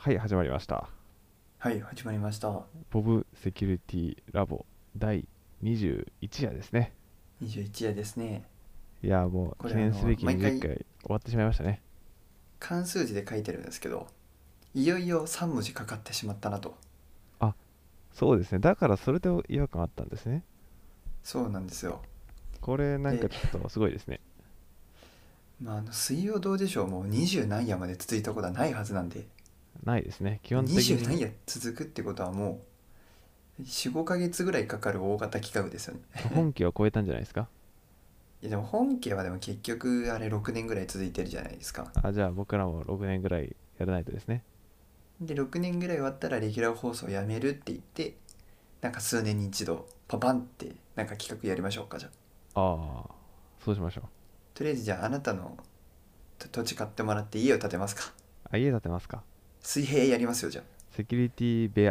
はい、始まりました。 はい、始まりました。 ボブセキュリティラボ第21夜ですね。 21夜ですね。 いやー、もうこれ記念すべき20 毎回回終わってしまいましたね。 漢数字で書いてるんですけど、いよいよ3文字かかってしまったなと。 あ、そうですね。だからそれで違和感あったんですね。 そうなんですよ。 これなんかで、 ちょっとすごいですね。 水曜どうでしょうもう20何夜まで続いたことはないはずなんで、 ないですね。基本的 20 に何夜続くってことはもう4、5ヶ月ぐらいかかる大型企画ですよね。 本家を超えたんじゃないですか。 いやでも本家はでも結局あれ6年ぐらい続いてるじゃないですか。 あ、じゃあ僕らも6年ぐらいやらないとですね。 で、6年ぐらい終わったらレギュラー放送をやめるって言って、なんか数年に一度パパンってなんか企画やりましょうかじゃあ。 ああ、そうしましょう。 とりあえずじゃああなたの土地買ってもらって家を建てますか？ あ、家建てますか。 水平やりますよじゃセキュリティ部屋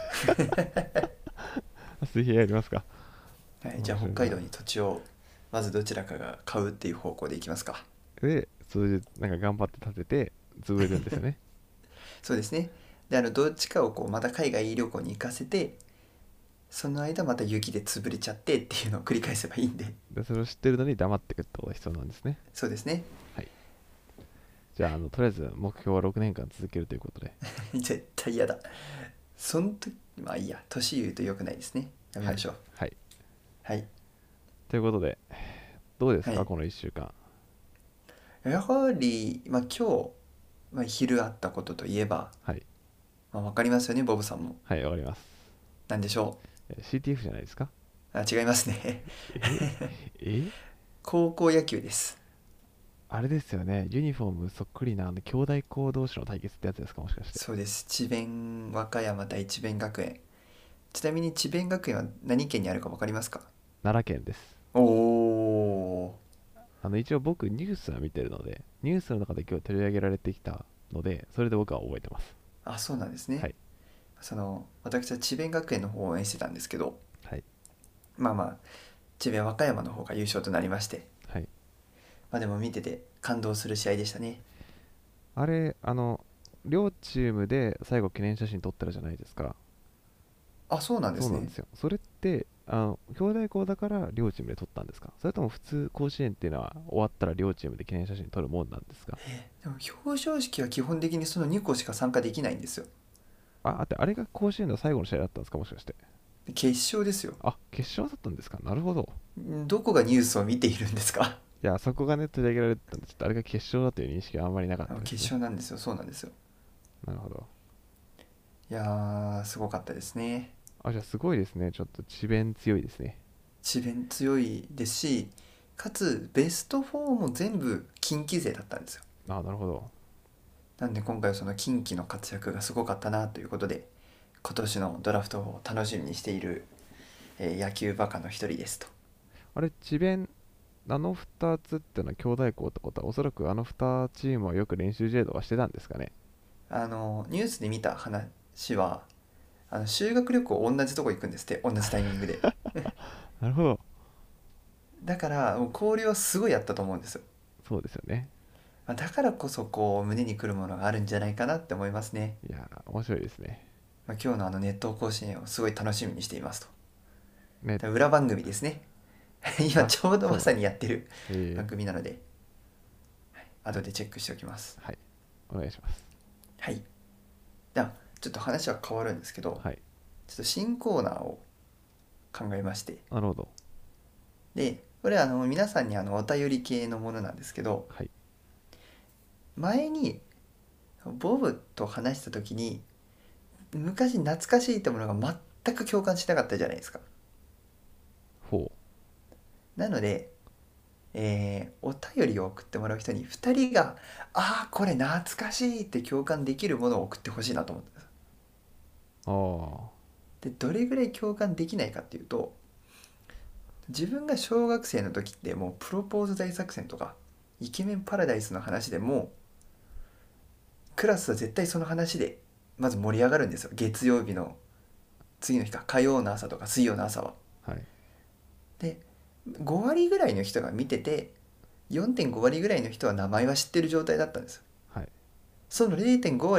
水平やりますか。 あ。はい、じゃあ面白いな。 北海道に土地をまずどちらかが買うっていう方向でいきますか？ で、それでなんか頑張って建てて潰れるんですよね。 そうですね。で、どっちかをこうまた海外旅行に行かせて、その間また雪で潰れちゃってっていうのを繰り返せばいいんで。 で、それを知ってるのに黙ってくってことが必要なんですね。 そうですね。 はい。じゃあ、とりあえず目標は6年間続けるということで。 絶対嫌だ。そん時、まあいいや、年言うと良くないですね。やめはい。 ましょう。 はい。 はい。 ということで、どうですはい。 かこの1週間。 やはり、今日、昼あったことといえば、 はい。 わかりますよね、ボブさんも。 はい、わかります。 なんでしょ CTF じゃないですか。 う。あ、違いますね。 ええ高校野球です。 あれですよね。ユニフォームそっくりな兄弟校同士の対決ってやつですかもしかして。 そうです。智弁和歌山対智弁学園。ちなみに智弁学園は何県にあるかわかりますか？ 奈良県です。 おー。 一応僕ニュースは見てるので、ニュースの中で今日取り上げられてきたので、それで僕は覚えてます。 あ、そうなんですね。 はい。 私は智弁学園の方を応援してたんですけど、 はい。 まあまあ、智弁和歌山の方が優勝となりまして、 はい。 でも見てて感動する試合でしたね。 あれ、両チームで最後記念写真撮ってるじゃないですか。 あ、そうなんですね。 そうなんですよ。それって、兄弟校だから両チームで撮ったんですか、それとも普通甲子園っていうのは終わったら両チームで記念写真撮るもんなんですか？ でも表彰式は基本的にその2校しか参加できないんですよ。 あれが甲子園の最後の試合だったんですかもしかして。 決勝ですよ。 あ、決勝だったんですか。なるほど。 どこがニュースを見ているんですか？ いや、そこがね、取り上げられてたんで、ちょっとあれが決勝だという認識はあんまりなかったです決ね。 勝なんですよ。そうなんですよ。 なるほど。 いやすごかったですね。 あ、じゃあすごいですね。ちょっと智弁強いですね。 智弁強いですし、かつベスト4も全部近畿勢だったんですよ。 あ、なるほど。 なんで今回はその近畿の活躍がすごかったなということで、今年のドラフトを楽しみにしている、野球バカの一人ですと。 あれ、智弁、あの2つってのは兄弟校ってことは、おそらくあの2チームはよく練習試合とかしてたんですかね。 ニュースで見た話は、修学旅行同じとこ行くんですって、同じタイミングで。 なるほど。 だからもう交流はすごいあったと思うんですよ。 そうですよね。 だからこそこう胸にくるものがあるんじゃないかなって思いますね。 いやー、面白いですね。 今日の熱湯甲子園をすごい楽しみにしていますと。 ね、 裏番組ですね。今あ、 ちょうどまさそうなんだ。 にやってる番え組なので、後でチェックしておきます。 はい。お願いします。 はい。では、ちょっと話は変わるんですけど、 はい。 ちょっと新コーナーを考えまして、 なるほど。 で、これは皆さんにお便り系のものなんですけど、 はい。 前にボブと話した時に、昔懐かしいってものが全く共感しなかったじゃないですか。 ほなので、お便りを送ってもらう人に2人が「ああこれ懐かしい」って共感できるものを送ってほしいなと思ってます。 う。あでどれぐらい共感できないかっていうと、自分が小学生の時ってもうプロポーズ大作戦とかイケメンパラダイスの話でもうクラスは絶対その話でまず盛り上がるんですよ。月曜日の次の日か火曜の朝とか水曜の朝は。 あ。はい。 で5割ぐらいの人が見てて、4.5割ぐらいの人は名前は知ってる状態だったんですよ。 はい。 その0.5割が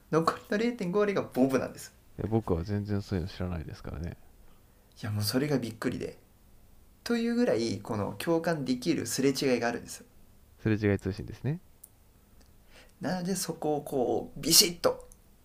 残りの0.5割がボブなんです。 僕は全然そういうの知らないですからね。 いやもうそれがびっくりで、というぐらいこの共感できるすれ違いがあるんですよ。 すれ違い通信ですね。 なのでそこをこうビシッと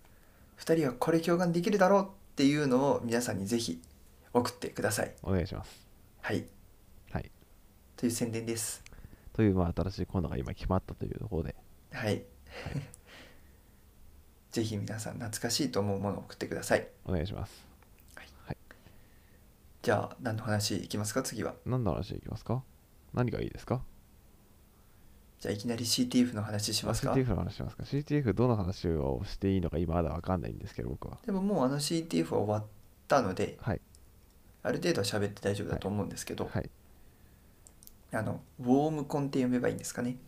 2人はこれ共感できるだろうっていうのを皆さんにぜひ送ってください。 お願いします。 はい、 はい。 という宣伝です。 という、まあ、新しいコーナーが今決まったというところで、 はい、 はい。 ぜひ皆さん懐かしいと思うものを送ってください。 お願いします。 はい、 はい。 じゃあ何の話いきますか次は。 何の話いきますか？何がいいですか？ じゃあいきなり CTF の話しますか？ CTF の話しますか？ CTF どの話をしていいのか今まだわかんないんですけど、僕は。 でももうCTF は終わったので、 はい。 ある程度は喋って大丈夫はい。 だと思うんですけど、 はい。 ウォームコンって読めばいいんですかね。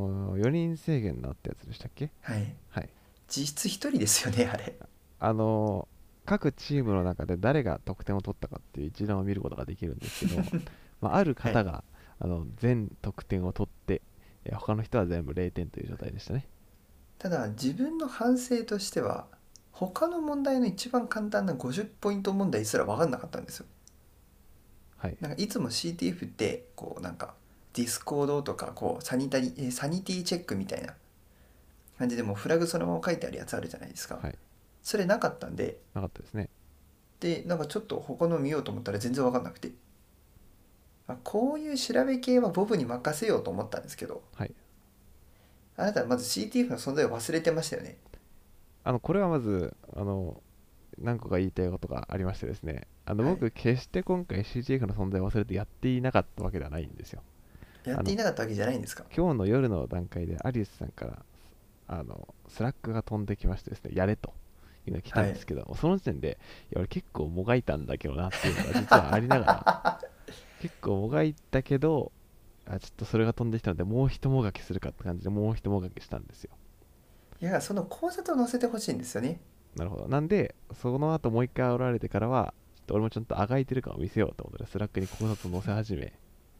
4人制限のあったやつでしたっけ？ はい。 はい。 実質一人ですよね、あれ。 あのー各チームの中で誰が得点を取ったかっていう一覧を見ることができるんですけど、まあ、あるはい。 方が全得点を取って、他の人は全部0点という状態でしたね。 ただ、自分の反省としては、他の問題の一番簡単な50ポイント問題すら分かんなかったんですよ。 はい。 なんかいつも CTF って、こうなんか、ディスコードとか、こう、サニティチェックみたいな感じでもうフラグそのまま書いてあるやつあるじゃないですか。 はい。 それなかったんで、 なかったですね。 で、なんかちょっと他の見ようと思ったら全然分かんなくて、こういう調べ系はボブに任せようと思ったんですけど、 はい。 あなたはまず CTF の存在を忘れてましたよね。 これはまず、何個か言いたいことがありましてですね、 はい。 僕、決して今回 CTF の存在を忘れてやっていなかったわけではないんですよ。 やってあの、 いなかったわけじゃないんですか？ 今日の夜の段階でアリスさんから、スラックが飛んできましてですね、やれというのが来たはい。 んですけど、その時点で、いや、俺結構もがいたんだけどなっていうのが実はありながら、結構もがいたけど、ちょっとそれが飛んできたので、もう一もがきするかって感じで、もう一もがきしたんですよ。 いや、その考察を載せてほしいんですよね。 なるほど。なんで、その後もう一回煽られてからは、ちょっと俺もちゃんとあがいてる感を見せようと思って、スラックに考察を載せ始め、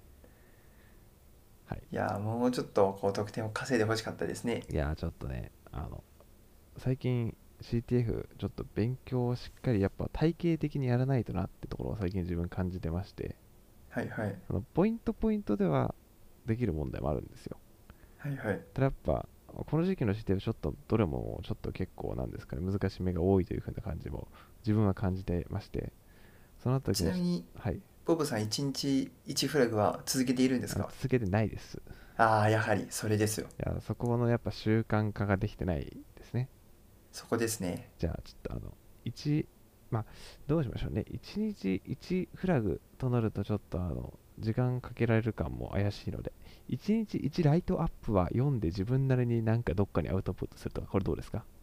はい。 いや、もうちょっとこう得点を稼いでほしかったですね。 いやー、ちょっとね、最近 CTF ちょっと勉強をしっかりやっぱ体系的にやらないとなってところを最近自分感じてまして、 はいはい。 ポイントポイントではできる問題もあるんですよ。 はいはい。 ただやっぱこの時期の CTF ちょっとどれもちょっと結構なんですかね、難しめが多いという風な感じも自分は感じてまして、その時に、 ちなみに、 はい、 ボブさん1日1フラグは続けているんですか？ 続けてないです。 ああー、やはりそれですよ。 いや、そこのやっぱ習慣化ができてないですね。 そこですね。 じゃあちょっと1、まあ、どうしましょうね。1日1フラグとなるとちょっと時間かけられる感も怪しいので、1日1ライトアップは読んで自分なりになんかどっかにアウトプットするとか、これどうですか？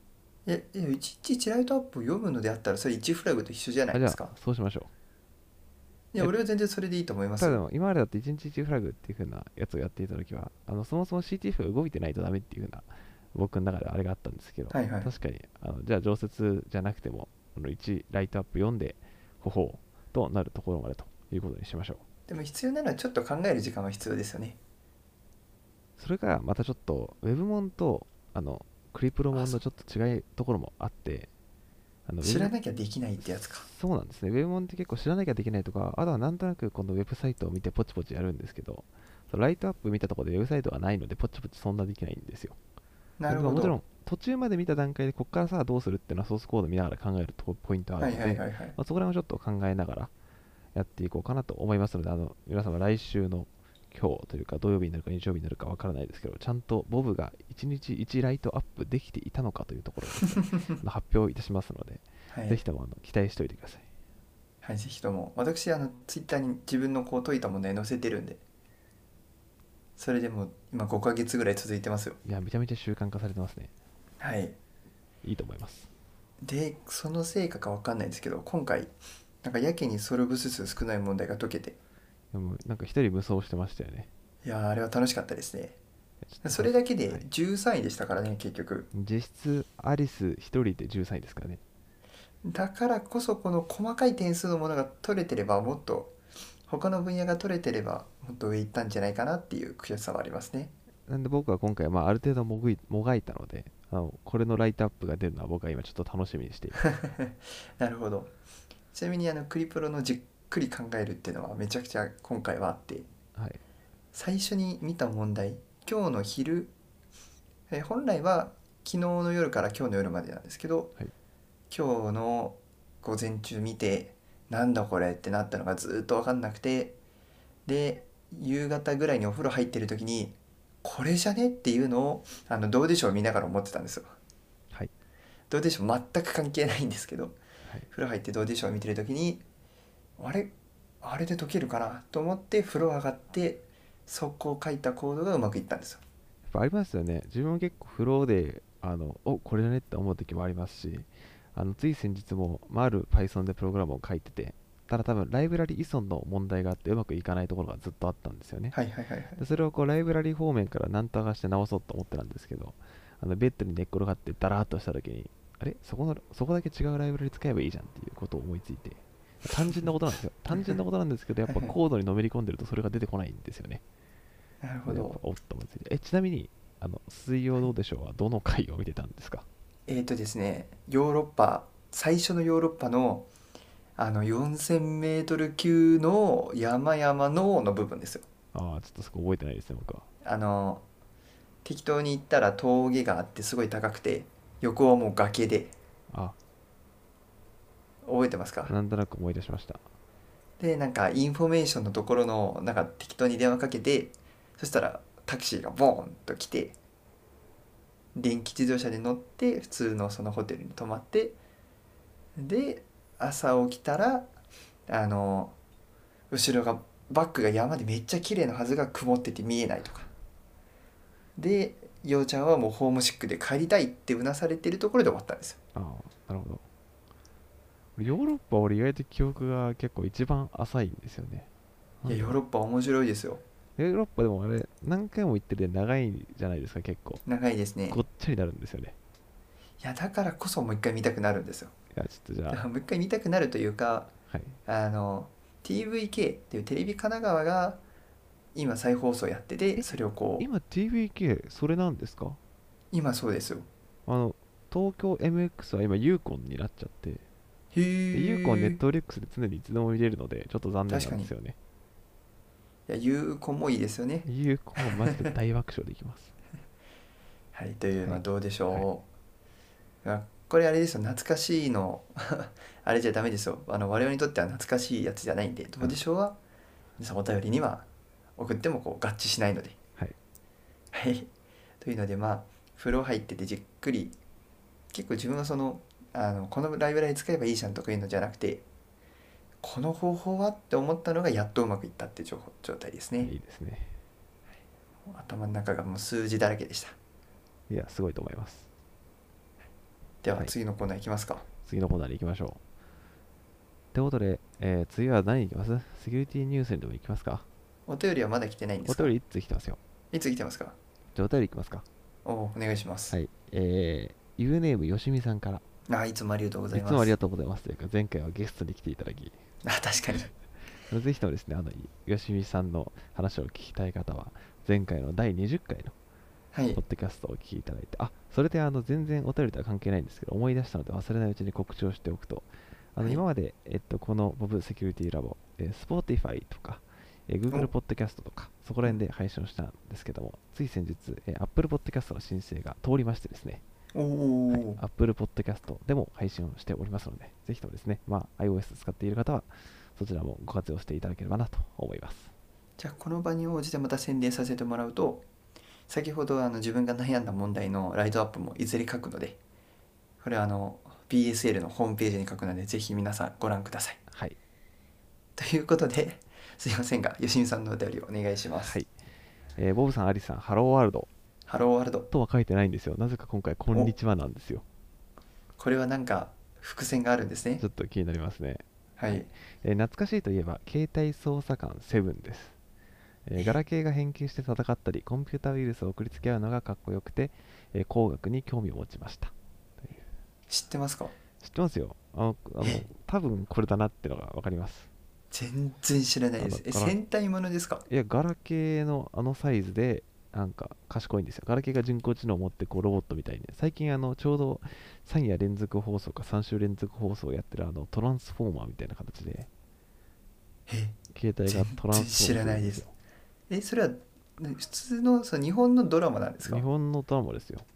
1日1ライトアップを読むのであったらそれ1フラグと一緒じゃないじゃあですか？ そうしましょいや、 う。 俺は全然それでいいと思いますよ。 ただでも今までだって1日1フラグっていう風なやつをやっていた時は、そもそも CTF が動いてないとダメっていう風な僕の中であれがあったんですけど、 はいはい。 確かにじゃあ常設じゃなくても1ライトアップ読んでほほうとなるところまでということにしましょう。 でも必要なのはちょっと考える時間は必要ですよね。 それがまたちょっと Web モンとクリプロモあ、 ンのちょっと違いところもあって、 知ら Web なきゃできないってやつか。 そうなんですね。Web モンって結構知らなきゃできないとか、あとはなんとなくこのウェブサイトを見てポチポチやるんですけど、ライトアップ見たところでウェブサイトがないのでポチポチそんなできないんですよ。 なるほど。 まあもちろん途中まで見た段階でここからさあどうするっていうのはソースコード見ながら考えるとポイントあはいるので、 はいはいはい。 まあ、そこら辺をちょっと考えながらやっていこうかなと思いますので、皆様来週の今日というか土曜日になるか日曜日になるかわからないですけど、ちゃんとボブが1日1ライトアップできていたのかというところをですね、発表いたしますので、 はい。 ぜひとも期待しておいてください。 はい、ぜひとも。私、ツイッターに自分のこう解いた問題載せてるんで、それでも今5ヶ月ぐらい続いてますよ。 いや、めちゃめちゃ習慣化されてますね。 はい。 いいと思います。 で、その成果かわかんないんですけど、今回、なんかやけにソルブ数少ない問題が解けて、 でもなんか一人無双してましたよね。 いやー、あれは楽しかったですね。 ちょっとそれだけではい。 13位でしたからね、結局。 実質アリス一人で13位ですからね。 だからこそ、この細かい点数のものが取れてれば、もっと、他の分野が取れてれば、もっと上行ったんじゃないかなっていう悔しさはありますね。 なんで僕は今回、まあ、ある程度もがいたので、 これのライトアップが出るのは僕は今ちょっと楽しみにしています。 なるほど。ちなみにクリプロのじっくり考えるっていうのはめちゃくちゃ今回はあって、 はい。 最初に見た問題、今日の昼、本来は昨日の夜から今日の夜までなんですけど、 はい。 今日の午前中見て、なんだこれってなったのがずっと分かんなくて、で夕方ぐらいにお風呂入ってる時に、これじゃねっていうのをどうでしょう見ながら思ってたんですよ。 はい。 どうでしょう全く関係ないんですけど、 はい。 風呂入ってどうでしょう見てる時に、あれあれで解けるかなと思って風呂上がって、そこを書いたコードがうまくいったんですよ。 やっぱありますよね。自分も結構フローで、これじゃねって思う時もありますし、つい先日も、ある Python でプログラムを書いてて、ただ多分ライブラリ依存の問題があってうまくいかないところがずっとあったんですよね。 はいはいはいはい。 でそれをこうライブラリ方面から何とかして直そうと思ってたんですけど、ベッドに寝っ転がってダラーっとした時に、あれそこだけ違うライブラリ使えばいいじゃんっていうことを思いついて、単純なことなんですよ。単純なことなんですけど、やっぱコードにのめり込んでるとそれが出てこないんですよね。 なるほやっぱど。 おっと思いついて。ちなみに、水曜どうでしょうはどの回を見てたんですか？ ですね、ヨーロッパ、最初のヨーロッパの4000メートル級の山々の部分ですよ。 ああ、ちょっとそこ覚えてないですね、僕は。 あの適当に行ったら峠があってすごい高くて、横はもう崖で、 あ、 覚えてますか？ なんとなく思い出しました。 でなんかインフォメーションのところのなんか適当に電話かけて、そしたらタクシーがボーンと来て、電気自動車で乗って普通のそのホテルに泊まって、で朝起きたらあの後ろがバックが山でめっちゃ綺麗なはずが曇ってて見えないとかで、ようちゃんはもうホームシックで帰りたいってうなされてるところで終わったんですよ。 ああ、なるほど。ヨーロッパ俺意外と記憶が結構一番浅いんですよね。ないやヨーんだろロッパ面白いですよ。 う。ヨーロッパでもあれ、何回も行ってて長いじゃないですか、結構。 長いですね。 ごっちゃになるんですよね。 いやだからこそもう一回見たくなるんですよ。 いや、ちょっとじゃだからもう一回見たくなるというか、 あ、はい。 あの TVK っていうテレビ神奈川が今再放送やってて、 え、 それをこう、 今 TVK、それなんですか？ 今そうですよ。 あの、東京 MX は今ユーコンになっちゃって、 へでユーコンはネッえ。 トフリックスで常にいつでも見れるので、ちょっと残念な確かに。いんですよね。 や有効もいいですよね。 ユーコンはマジで大爆笑できます。 はい、というはい。 のはどうでしはい。 ょう。これあれですよ、懐かしいのあれじゃダメですよ。我々にとっては懐かしいやつじゃないんで、どうでしょうは皆さんお便りには送ってもこう合致しないので。 はい。 はい。というので風呂入っててじっくり、結構自分はこのライブラリ使えばいいじゃんとかいうのじゃなくて、この方法はって思ったのがやっとうまくいったっていう状態ですね。 いいですね。 頭の中がもう数字だらけでした。 いや、すごいと思います。 でははい。 次のコーナーいきますか。 次のコーナーに行きましょう。ってことで、次は何行きます？セキュリティニュースにでも行きますか？ お便りはまだ来てないんですか？ お便り一通来てますよ。 いつ来てますか？ じゃあお便り行きますか？ お願いします。 はい。ユーネームよしみさんから、 いつもありがとうございいます。 つもありがとうございますというか、前回はゲストに来ていただき、 確かに。 ぜひともですね、よしみさんの話を聞きたい方は、前回の第20回のはい。 ポッドキャストをお聞きいただいて、それで全然お便りとは関係ないんですけど、思い出したので忘れないうちに告知をしておくと、 はい。 今まで、この Bob セキュリティラボ、Spotify とか、Google お、 ポッドキャストとか、そこら辺で配信をしたんですけども、つい先日、Apple Podcast の申請が通りましてですね、 おはい、 お。 Apple Podcast でも配信をしておりますので、ぜひともですね、iOS 使っている方は、そちらもご活用していただければなと思います。 じゃあこの場に応じてまた宣伝させてもらうと、先ほど自分が悩んだ問題のライトアップもいずれ書くので、これはBSL のホームページに書くので、ぜひ皆さんご覧ください。 はい。 ということで、すいませんが、吉見さんのお便りをお願いします。 はい。ボブさん、アリさん、ハローワールドハローワールド。 とは書いてないんですよ。なぜか今回、こんお、 にちはなんですよ。 これはなんか伏線があるんですね。 ちょっと気になりますね。はい。 はい。 懐かしいといえば、携帯操作官7です。ガラケーが変形して戦ったり、コンピュータウイルスを送りつけ合うのがかっこよくて、工学に興味を持ちました。 知ってますか？ 知ってますよ。多分これだなってのがわかります。 全然知らないです。 ガラ、 戦隊ものですか？ いや、ガラケーのあのサイズで、 なんか賢いんですよ。ガラケーが人工知能を持ってこうロボットみたいに、最近ちょうど3夜連続放送か3週連続放送をやってるトランスフォーマーみたいな形で、 え、 携帯が全トランスフォー然知ムするんですよ。 らないです。それは普通の日本のドラマなんですか？ 日本のドラマですよ。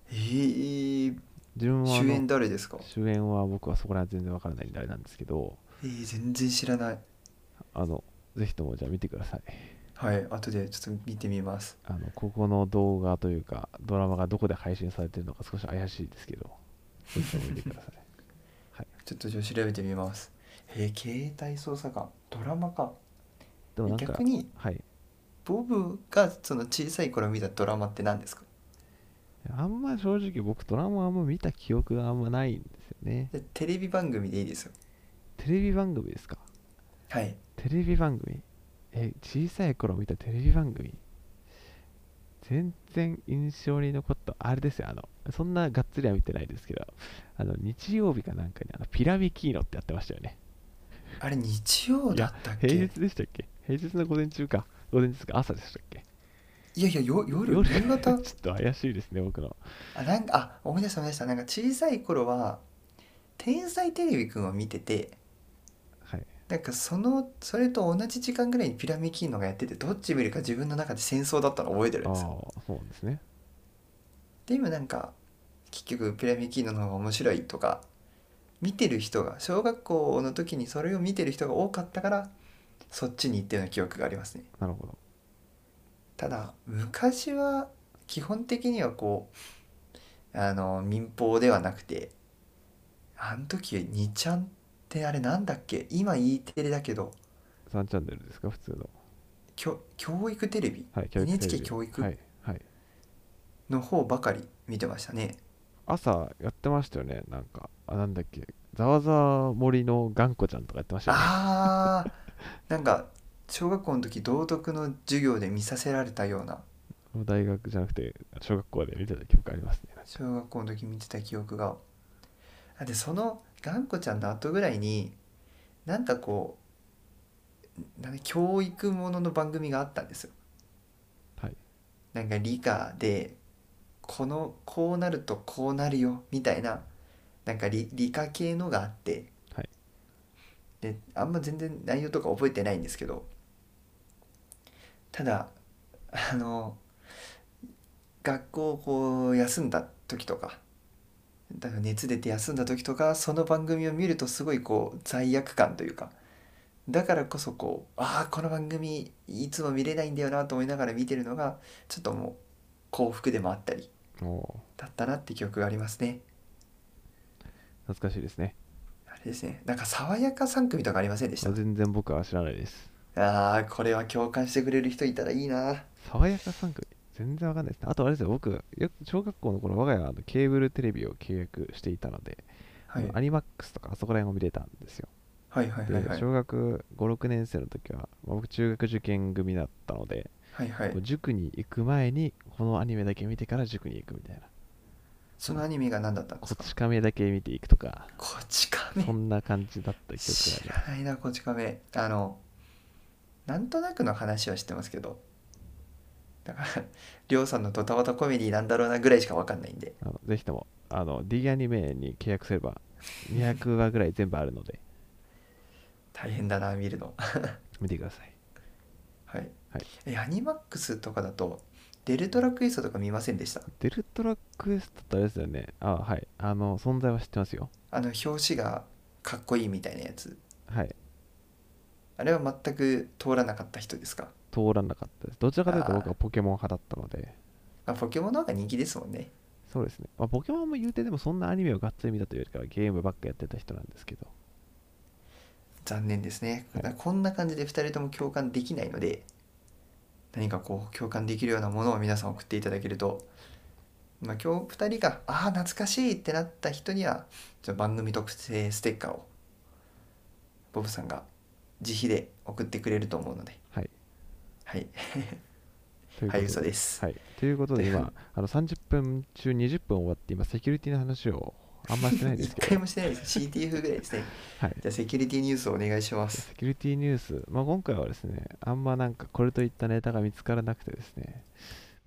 自分は主演誰ですか？ 主演は僕はそこら辺全然わからないんであれなんですけど、 全然知らない。 あの、ぜひともじゃあ見てください。 はい、後でちょっと見てみます。 ここの動画というか、ドラマがどこで配信されてるのか少し怪しいですけど、ぜひとも見てください。はい。 ちょっとじゃあ調べてみます。携帯操作官ドラマか。 でもなんか、 逆にはい。 ボブがその小さい頃見たドラマって何ですか？ あんま正直僕ドラマあんま見た記憶があんまないんですよね。 でテレビ番組でいいですよ。 テレビ番組ですか？ はい。 テレビ番組、小さい頃見たテレビ番組、全然印象に残った、あれですよ、そんながっつりは見てないですけど、日曜日かなんかにピラミキーノってやってましたよね。 あれ日曜いや、 だったっ平け？ 日でしたっけ？平日の午前中か。午前中か朝でしたっけ？ いやいや、夜、 夜夕ちょ方。 っと怪しいですね、僕の。 なんか、思い出した思い出した。なんか小さい頃は、天才テレビくんを見てて、 はい。 なんかそれと同じ時間ぐらいにピラミキーノがやってて、どっち見るか自分の中で戦争だったのを覚えてるんああ、 ですよ。 そうなんですね。 で、今なんか、結局ピラミキーノの方が面白いとか、見てる人が、小学校の時にそれを見てる人が多かったから、そっちに行ったような記憶がありますね。 なるほど。 ただ、昔は、基本的にはこう、民放ではなくて、あの時2ちゃんってあれなんだっけ？今 E テレだけど、 3チャンネルですか、普通の。 教育テレビ？ はい、教育テレ NHK ビ。 教育はい、はい。 の方ばかり見てましたね。 朝やってましたよね、なんか。なんだっけ。ざわざわ森の頑固ちゃんとかやってましたよね。 あなんか小学校の時道徳の授業で見させられたような、 大学じゃなくて、小学校で見てた記憶ありますね。なんか小学校の時見てた記憶が。でその頑固ちゃんの後ぐらいになんかこう教育ものの番組があったんですよ。 はい。 なんか理科でこうなるとこうなるよみたいな、なんか理科系のがあって、 はい。 であんま全然内容とか覚えてないんですけど、ただあの学校をこう休んだ時とか、だから熱出て休んだ時とかその番組を見るとすごいこう罪悪感というか、だからこそこうこの番組いつも見れないんだよなと思いながら見てるのがちょっともう幸福でもあったりおだったなって記憶がありますね。 懐かしいですね。 あれですね、なんか爽やか3組とかありませんでした？ 全然僕は知らないです。 これは共感してくれる人いたらいいな。 爽やか3組。全然わかんないですね。あとあれですよ、僕、よく小学校の頃、我が家はケーブルテレビを契約していたので、 はいアニマックスとかあそこら辺を見れたんですよ。 はいはいはいで、 はい小学5、6年生の時は、僕中学受験組だったので、 はいはい。 もう塾に行く前に、このアニメだけ見てから塾に行くみたいな。 そのアニメが何だったんですか？ こち亀だけ見ていくとか、 こちそ亀。 んな感じだった記憶があ知ります。 らないな、こち亀。なんとなくの話は知ってますけど、だからりょうさんのドタバタコメディなんだろうなぐらいしかわかんないんで。 ぜひとも、D アニメに契約すれば、200話ぐらい全部あるので、 大変だな見るの。 見てください。 はい。 はい。 アニマックスとかだとデルトラクエストとか見ませんでした？ デルトラクエストってあれですよね。はい。存在は知ってますよ。 表紙がかっこいいみたいなやつ。 はい。 あれは全く通らなかった人ですか？ 通らなかったです。どちらかというと僕あはポケモン派だったので、 ポケモンの方が人気ですもんね。 そうですね。ポケモンも言うてでもそんなアニメをがっつり見たというよりかはゲームばっかやってた人なんですけど、 残念ですね。 はい。 こんな感じで2人とも共感できないので、何かこう共感できるようなものを皆さん送っていただけると、今日2人が懐かしいってなった人にはちょっと番組特製ステッカーをボブさんが自費で送ってくれると思うので、 はい。 はいはい、 ということで、 嘘です。 はい。ということで今、30分中20分終わって今、セキュリティの話をあんましてないですけど、 一回もしてないです。 CTF ぐらいですね。 はい。 じゃあセキュリティニュースをお願いします。 セキュリティニュース、今回はですね、あんまなんかこれといったネタが見つからなくてですね、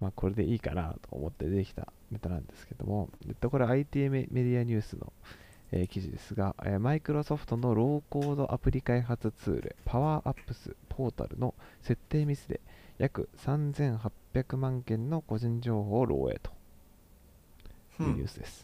まあこれでいいかなと思って出てきたネタなんですけども、これ IT メディアニュースの記事ですが、マイクロソフトのローコードアプリ開発ツール、パワーアップスポータルの設定ミスで約3800万件の個人情報を漏洩というニュースです。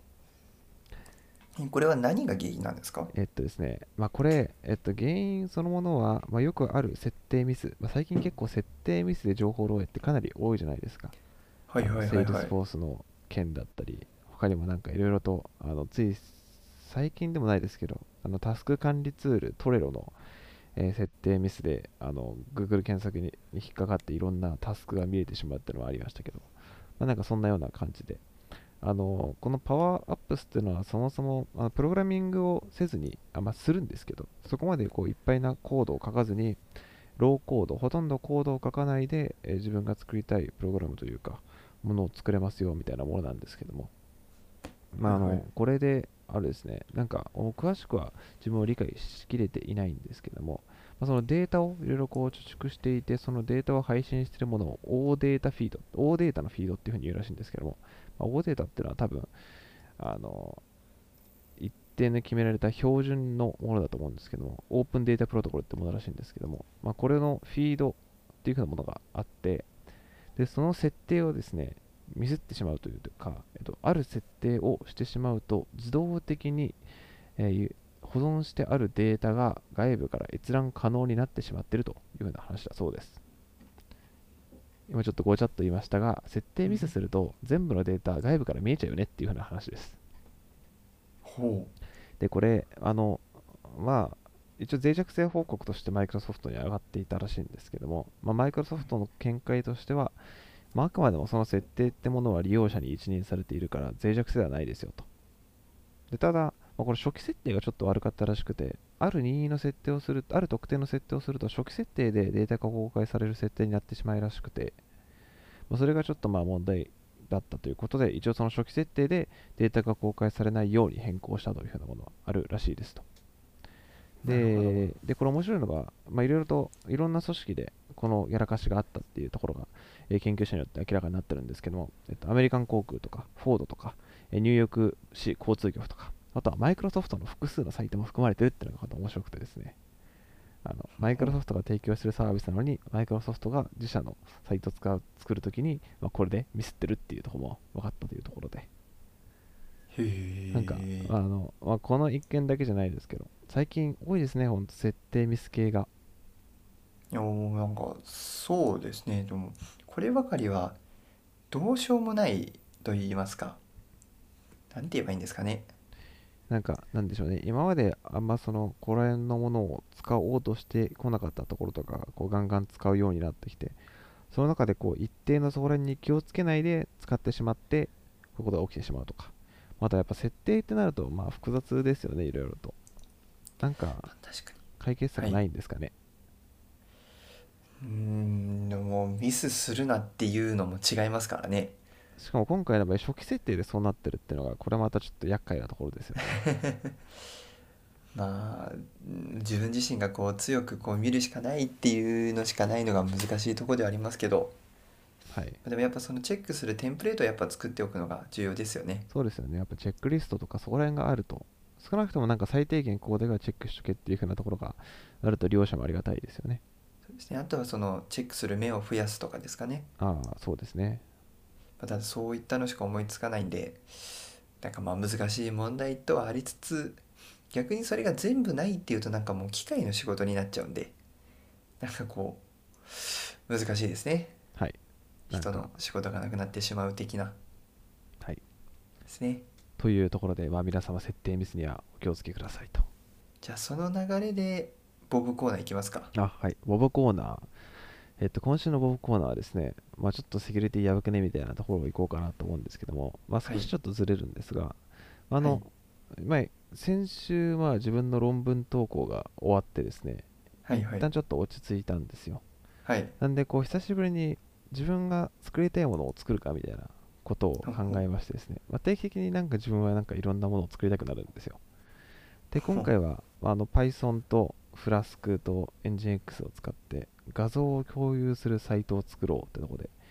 これは何が原因なんですか？ ですね、まあ、これ、原因そのものは、まあ、よくある設定ミス、まあ、最近結構設定ミスで情報漏洩ってかなり多いじゃないですか。 はいはいセールはいはい。 スフォースの件だったり、他にもなんかいろいろと、つい最近でもないですけど、タスク管理ツール、トレロの、設定ミスで、Google 検索に引っかかっていろんなタスクが見えてしまうっていうのはありましたけど、まあ、なんかそんなような感じで、このパワーアップスっていうのはそもそもプログラミングをせずに、まあ、するんですけど、そこまでこういっぱいなコードを書かずに、ローコード、ほとんどコードを書かないで、自分が作りたいプログラムというか、ものを作れますよみたいなものなんですけども、まあ、 はいはい。 これで、あれですね、なんか、詳しくは自分を理解しきれていないんですけども、まあ、そのデータをいろいろこう貯蓄していて、そのデータを配信しているものを大データフィード、大データのフィードっていうふうに言うらしいんですけども、まあ、大データっていうのは多分、あの、一定の決められた標準のものだと思うんですけども、オープンデータプロトコルってものらしいんですけども、まあ、これのフィードっていうふうなものがあって、で、その設定をですね、ミスってしまうというか、ある設定をしてしまうと、自動的に、保存してあるデータが外部から閲覧可能になってしまっているというふうな話だそうです。今ちょっとごちゃっと言いましたが、設定ミスすると全部のデータ外部から見えちゃうよねっていうふうな話です。 ほで、これ、まあ、一応脆弱性報告としてマイクロソフトに上がっていたらしいんですけども、まあ、マイクロソフトの見解としては、まあ、あくまでもその設定ってものは利用者に一任されているから脆弱性ではないですよと。でただ、まあ、これ初期設定がちょっと悪かったらしくて、ある任意の設定をする、ある特定の設定をすると初期設定でデータが公開される設定になってしまいらしくて、まあ、それがちょっとまあ問題だったということで、一応その初期設定でデータが公開されないように変更したというふうなものがあるらしいですと。 う。なるほど。 これ面白いのが、まあ、いろいろといろんな組織でこのやらかしがあったっていうところが、研究者によって明らかになってるんですけども、アメリカン航空とかフォードとか、ニューヨーク市交通局とか、あとはマイクロソフトの複数のサイトも含まれてるっていうのが面白くてですね、マイクほう。 ロソフトが提供しているサービスなのに、マイクロソフトが自社のサイトを作るときに、まあ、これでミスってるっていうところも分かったというところで、 へなんか、 え。 まあ、この一件だけじゃないですけど、最近多いですね、ほんと設定ミス系が。 いや、もうなんか、そうですね。でも、こればかりはどうしようもないと言いますか。なんて言えばいいんですかね。 なんか、なんでしょうね、今まであんまこの辺のものを使おうとしてこなかったところとか、こうガンガン使うようになってきて、その中でこう一定のそこら辺に気をつけないで使ってしまって、こういうことが起きてしまうとか。またやっぱ設定ってなると、まあ複雑ですよね、いろいろと。なんか、 確かに。 解決策はい。 ないんですかね。 でもミスするなっていうのも違いますからね。 しかも今回の場合、初期設定でそうなってるっていうのが、これまたちょっと厄介なところですよね。 まあ、自分自身がこう強くこう見るしかないっていうのしかないのが難しいところではありますけど、 はい。 でもやっぱそのチェックするテンプレートをやっぱ作っておくのが重要ですよね。 そうですよね。やっぱチェックリストとかそこら辺があると、少なくともなんか最低限ここではチェックしとけっていう風なところがあると利用者もありがたいですよね。 そうですね。あとはそのチェックする目を増やすとかですかね。 ああ、そうですね。 またそういったのしか思いつかないんで、なんかまあ難しい問題とはありつつ、逆にそれが全部ないっていうとなんかもう機械の仕事になっちゃうんで、なんかこう難しいですね。 はい。なんか、 人の仕事がなくなってしまう的なではい。 すね。 というところで、まあ皆様設定ミスにはお気をつけくださいと。 じゃあその流れでボブコーナーいきますか？ あ、はい。ボブコーナー。今週のボブコーナーはですね、まあちょっとセキュリティやばくねみたいなところを行こうかなと思うんですけども、まあ少しはい。 ちょっとずれるんですが、あはい。 の、前、先週、まあ自分の論文投稿が終わってですね、一はいはい。 旦ちょっと落ち着いたんですよ。 はい。 なんで、こう、久しぶりに自分が作りたいものを作るかみたいなことをほほ考えましてですね、まあ、定期的になんか自分はなんかいろんなものを作りたくなるんですよ。で、今ほ。 回は、Python とフラスクと NGINX を使って画像を共有するサイトを作ろうってところで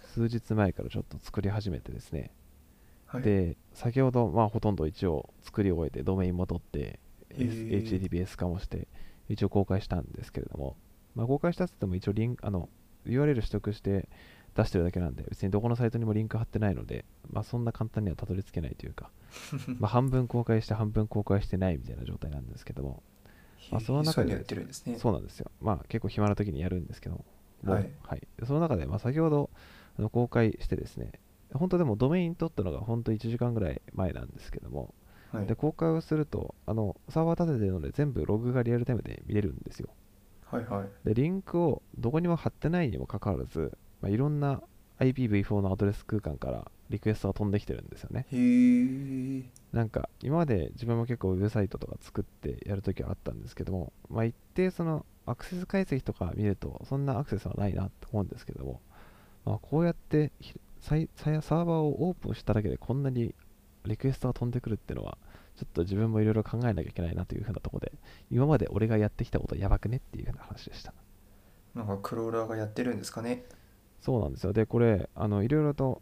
数日前からちょっと作り始めてですね。 はい。へで、先ほど、まあ、ほとんど一応作り終えて、ドメインも取って、 え。 HTTPS 化もして、一応公開したんですけれども、まあ、公開したって言っても、一応URL 取得して出してるだけなんで、別にどこのサイトにもリンク貼ってないので、まあ、そんな簡単にはたどり着けないというか、まあ、半分公開して半分公開してないみたいな状態なんですけども、まあ、そのそういうのやっ中でですね、 てるんですね。 そうなんですよ。まあ、結構暇な時にやるんですけども、 はい。 はい。その中で、まあ、先ほど公開してですね、本当でもドメイン取ったのが本当1時間ぐらい前なんですけども、 はい。 で、公開をすると、サーバー立ててるので全部ログがリアルタイムで見れるんですよ。 はいはい。 で、リンクをどこにも貼ってないにもかかわらず、まあ、いろんな IPv4 のアドレス空間からリクエストが飛んできてるんですよね。 へえ。 なんか今まで自分も結構ウェブサイトとか作ってやるときはあったんですけども、まあ、一定そのアクセス解析とか見るとそんなアクセスはないなと思うんですけども、まあ、こうやってサーバーをオープンしただけでこんなにリクエストが飛んでくるっていうのはちょっと自分もいろいろ考えなきゃいけないなというふうなところで、今まで俺がやってきたことやばくねっていうふうな話でした。 なんかクローラーがやってるんですかね。 そうなんですよ。で、これ、いろいろと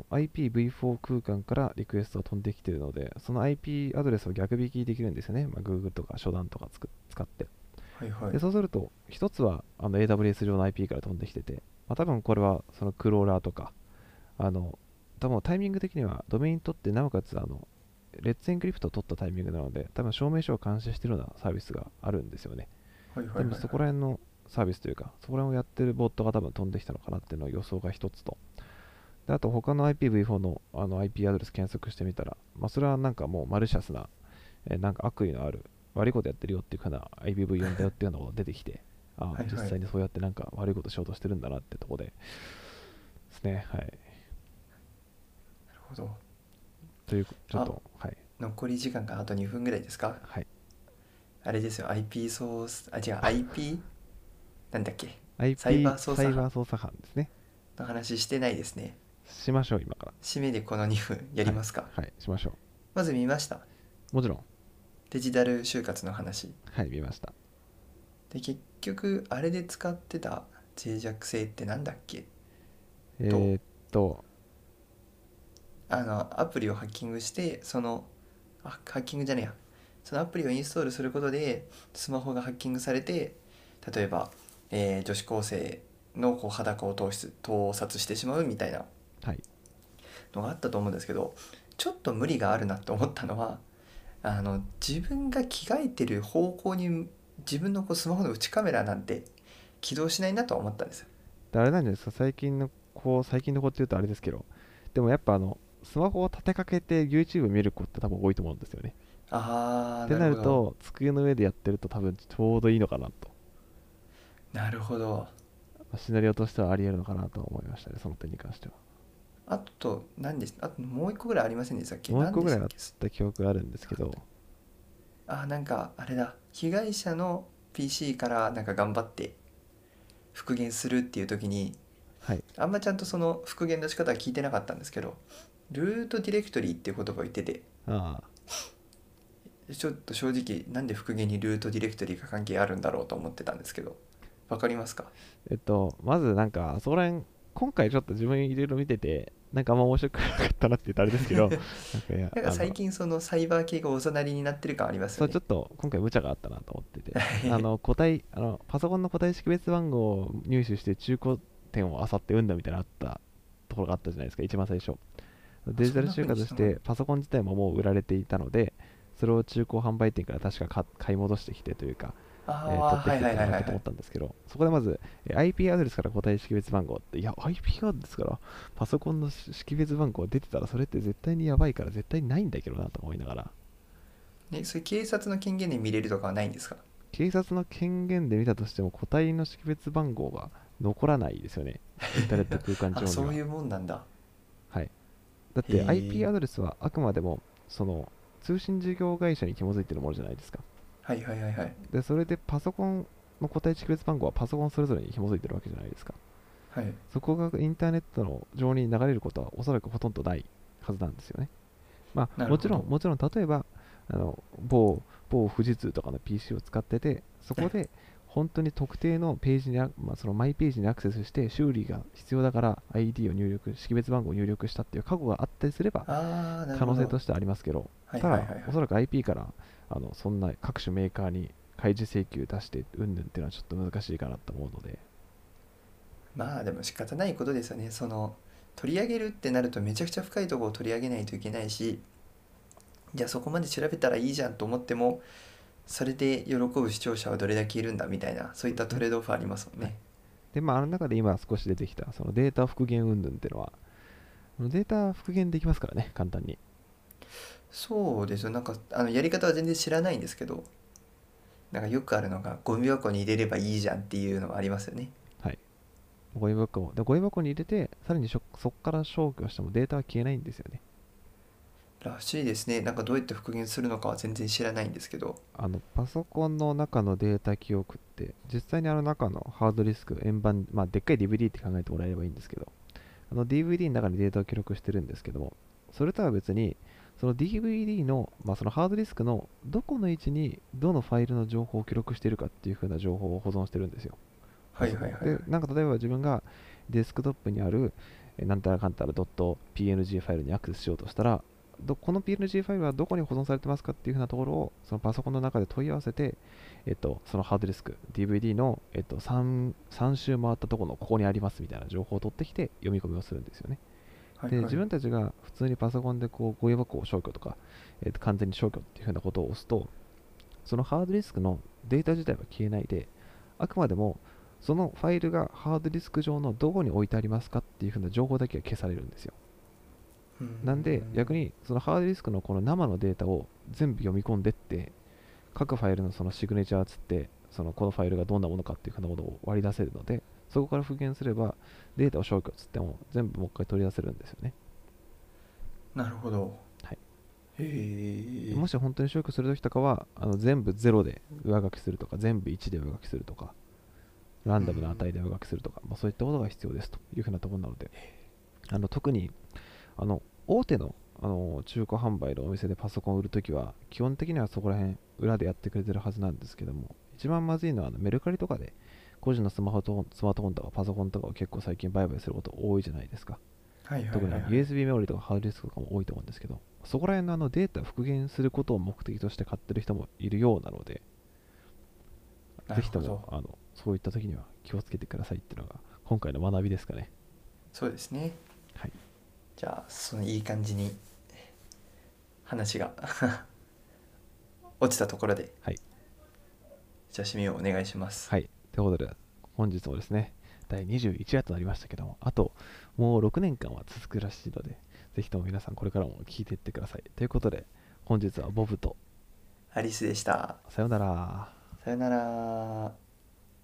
IPv4 空間からリクエストが飛んできているので、その IP アドレスを逆引きできるんですよね。まあ、Google とか初段とか使って。で、 はいはい。 そうすると、一つはAWS 上の IP から飛んできてて、まあ、多分これはそのクローラーとか、あの、多分タイミング的にはドメイン取って、なおかつレッツエンクリプトを取ったタイミングなので、多分証明書を監視しているようなサービスがあるんですよね。 はいはいはいはい。 多分そこら辺のサービスというか、そこら辺をやってるボットが多分飛んできたのかなっていうのを予想が一つと、であと他の IPv4 の、IP アドレス検索してみたら、まあ、それはなんかもうマルシャスな、なんか悪意のある悪いことやってるよっていうふうな IPv4 だよっていうのが出てきて、実はいはい。なる際にそうやってなんか悪いことしようとしてるんだなってところでですね。はい。 ほど。 という、ちょっあ、 と、はい。 残り時間があと2分ぐらいですか？ はい。 あれですよ、IP ソース、あ、違う、IP？ なんだっけ？サイバ IP ー操作班サイバー操作班ですね。 の話してないですね。 しましょう、今から。 締めでこの2分やりはい。 ますか？ はい。しましょまず見ました。 う。もちろん。 デジタル就活の話。 はい、見ました。 で、結局、あれで使ってた脆弱性ってなんだっけ？と、 えーっと、 アプリをハッキングして、ハッキングじゃねえや。そのアプリをインストールすることで、スマホがハッキングされて、例えば、女子高生のこう裸を盗撮してしまうみたいなはい。 のがあったと思うんですけど、ちょっと無理があるなと思ったのは、自分が着替えてる方向に自分のこうスマホの内カメラなんて起動しないなとは思ったんですよ。 であれなんじゃないですか、最近の子って言うとあれですけど、でもやっぱスマホを立てかけて YouTube 見る子って多分多いと思うんですよね。 あー、 ってななるほど。 ると、机の上でやってると多分ちょうどいいのかなと。 なるほど。 まあシナリオとしてはあり得るのかなと思いましたね、その点に関しては。 あと、あともう一個ぐらいありませんでしたっけ？ もう一何個ぐらいあっでしたっけ？ た記憶があるんですけど、 なんか、あれだ。被害者の PC からなんか頑張って復元するっていう時に、 はい。 あんまちゃんとその復元の仕方は聞いてなかったんですけど、ルートディレクトリっていう言葉を言ってて、 ああ、 ちょっと正直なんで復元にルートディレクトリが関係あるんだろうと思ってたんですけど、わかりますか？ まずなんか、そこら辺、今回ちょっと自分いろいろ見てて、なんかあんま面白くなかったなって言ったらあれですけど、なんかいや、 なんか最近そのサイバー系がおざなりになってる感ありますそう、ちよね。 ょっと今回無茶があったなと思ってて、パソコンの個体識別番号を入手して中古店を漁って運んだみたいなのあったところがあったじゃないですか、一番最初。デジタルそんな風に就活しつながる。 てパソコン自体ももう売られていたので、それを中古販売店から確か買い戻してきてというか、取ってきはいはいてっていうはいはいはい。 のがあったと思ったんですけど、そこでまず、IP アドレスから個体識別番号って、いや、IP アドレスからパソコンの識別番号出てたら、それって絶対にやばいから絶対にないんだけどなと思いながら、 ね、それ警察の権限で見れるとかはないんですか？ 警察の権限で見たとしても個体の識別番号が残らないですよね。インターネット空間あ、 上には。 そういうもんなんだ。 はい。だっへて IP え。 アドレスはあくまでもその通信事業会社に紐づいているものじゃないですか。 はいはいはいはい。 で、それでパソコンの個体識別番号はパソコンそれぞれに紐づいてるわけじゃないですか。 はい。 そこがインターネットの上に流れることはおそらくほとんどないはずなんですよね。まあ、 なるほど。 もちろん、例えば、あの、某富士通とかの PC を使ってて、そこで本当に特定のページにそのマイページにアクセスして修理が必要だから ID を入力、識別番号を入力したっていう過去があったりすればああ、なる可ほど。 能性としてはありますけど、 はいただはいはいはい。 おそらく IP からそんな各種メーカーに開示請求出してうんぬんっていうのはちょっと難しいかなと思うので、 まあでも仕方ないことですよね。その取り上げるってなるとめちゃくちゃ深いところを取り上げないといけないし、じゃあそこまで調べたらいいじゃんと思っても、それで喜ぶ視聴者はどれだけいるんだみたいな、そういったそうですね。 トレードオフありますもんはい。 ね。 で、あの中で今少し出てきたそのデータ復元云々っていうのは、データ復元できますからね、簡単に。 そうですよ。なんかやり方は全然知らないんですけど、なんかよくあるのがゴミ箱に入れればいいじゃんっていうのはありますよね。 はい。ゴミ箱に入れて、さらにそこから消去してもデータは消えないんですよね。 らしいですね。なんかどうやって復元するのかは全然知らないんですけど。 パソコンの中のデータ記憶って、実際に中のハードディスク、円盤、でっかい DVD って考えてもらえればいいんですけど、DVD の中にデータを記録してるんですけども、それとは別に、その DVD の、そのハードディスクのどこの位置にどのファイルの情報を記録しているかっていう風な情報を保存してるんですよ。パはいソコン。 はいはいはい。 で、例えば自分がデスクトップにある、なんたらかんたら .png ファイルにアクセスしようとしたら、この PNG ファイルはどこに保存されてますかっていう風なところを、そのパソコンの中で問い合わせて、そのハードディスク、DVD の、3周回ったところのここにありますみたいな情報を取ってきて読み込みをするんですよね。で、 はいはい。 自分たちが普通にパソコンでこうゴミ箱を消去とか、完全に消去っていう風なことを押すと、そのハードディスクのデータ自体は消えないで、あくまでもそのファイルがハードディスク上のどこに置いてありますかっていう風な情報だけが消されるんですよ。 うーん。 なんで逆にそのハードディスクのこの生のデータを全部読み込んでって、各ファイルのそのシグネチャーつって、このファイルがどんなものかっていう風なものを割り出せるので、そこから復元すればデータを消去つっても全部もう一回取り出せるんですよね。 なるほど。 はい。 へえ。 もし本当に消去するときとかは、全部0で上書きするとか、全部1で上書きするとか、ランダムなうん。 値で上書きするとか、そういったことが必要ですというふうなところなので、特に大手の、中古販売のお店でパソコンを売るときは、基本的にはそこら辺、裏でやってくれてるはずなんですけども、一番まずいのはメルカリとかで、個人のスマートフォンとかパソコンとかを結構最近売買すること多いじゃないですか。 はいはい特にはいはい。 USB メモリとかハードディスクとかも多いと思うんですけど、そこら辺のデータを復元することを目的として買ってる人もいるようなので、ぜひともなるほど。 そういった時には気をつけてくださいっていうのが今回の学びですかね。 そうですね。 はい。 じゃあ、そのいい感じに話が落ちたところで、 はい。 じゃあ締めをお願いします。 はい。ということで、本日もですね、第21話となりましたけども、あともう6年間は続くらしいので、ぜひとも皆さんこれからも聞いていってください。ということで、本日はボブと、 アリスでした。 さようなら。 さよなら。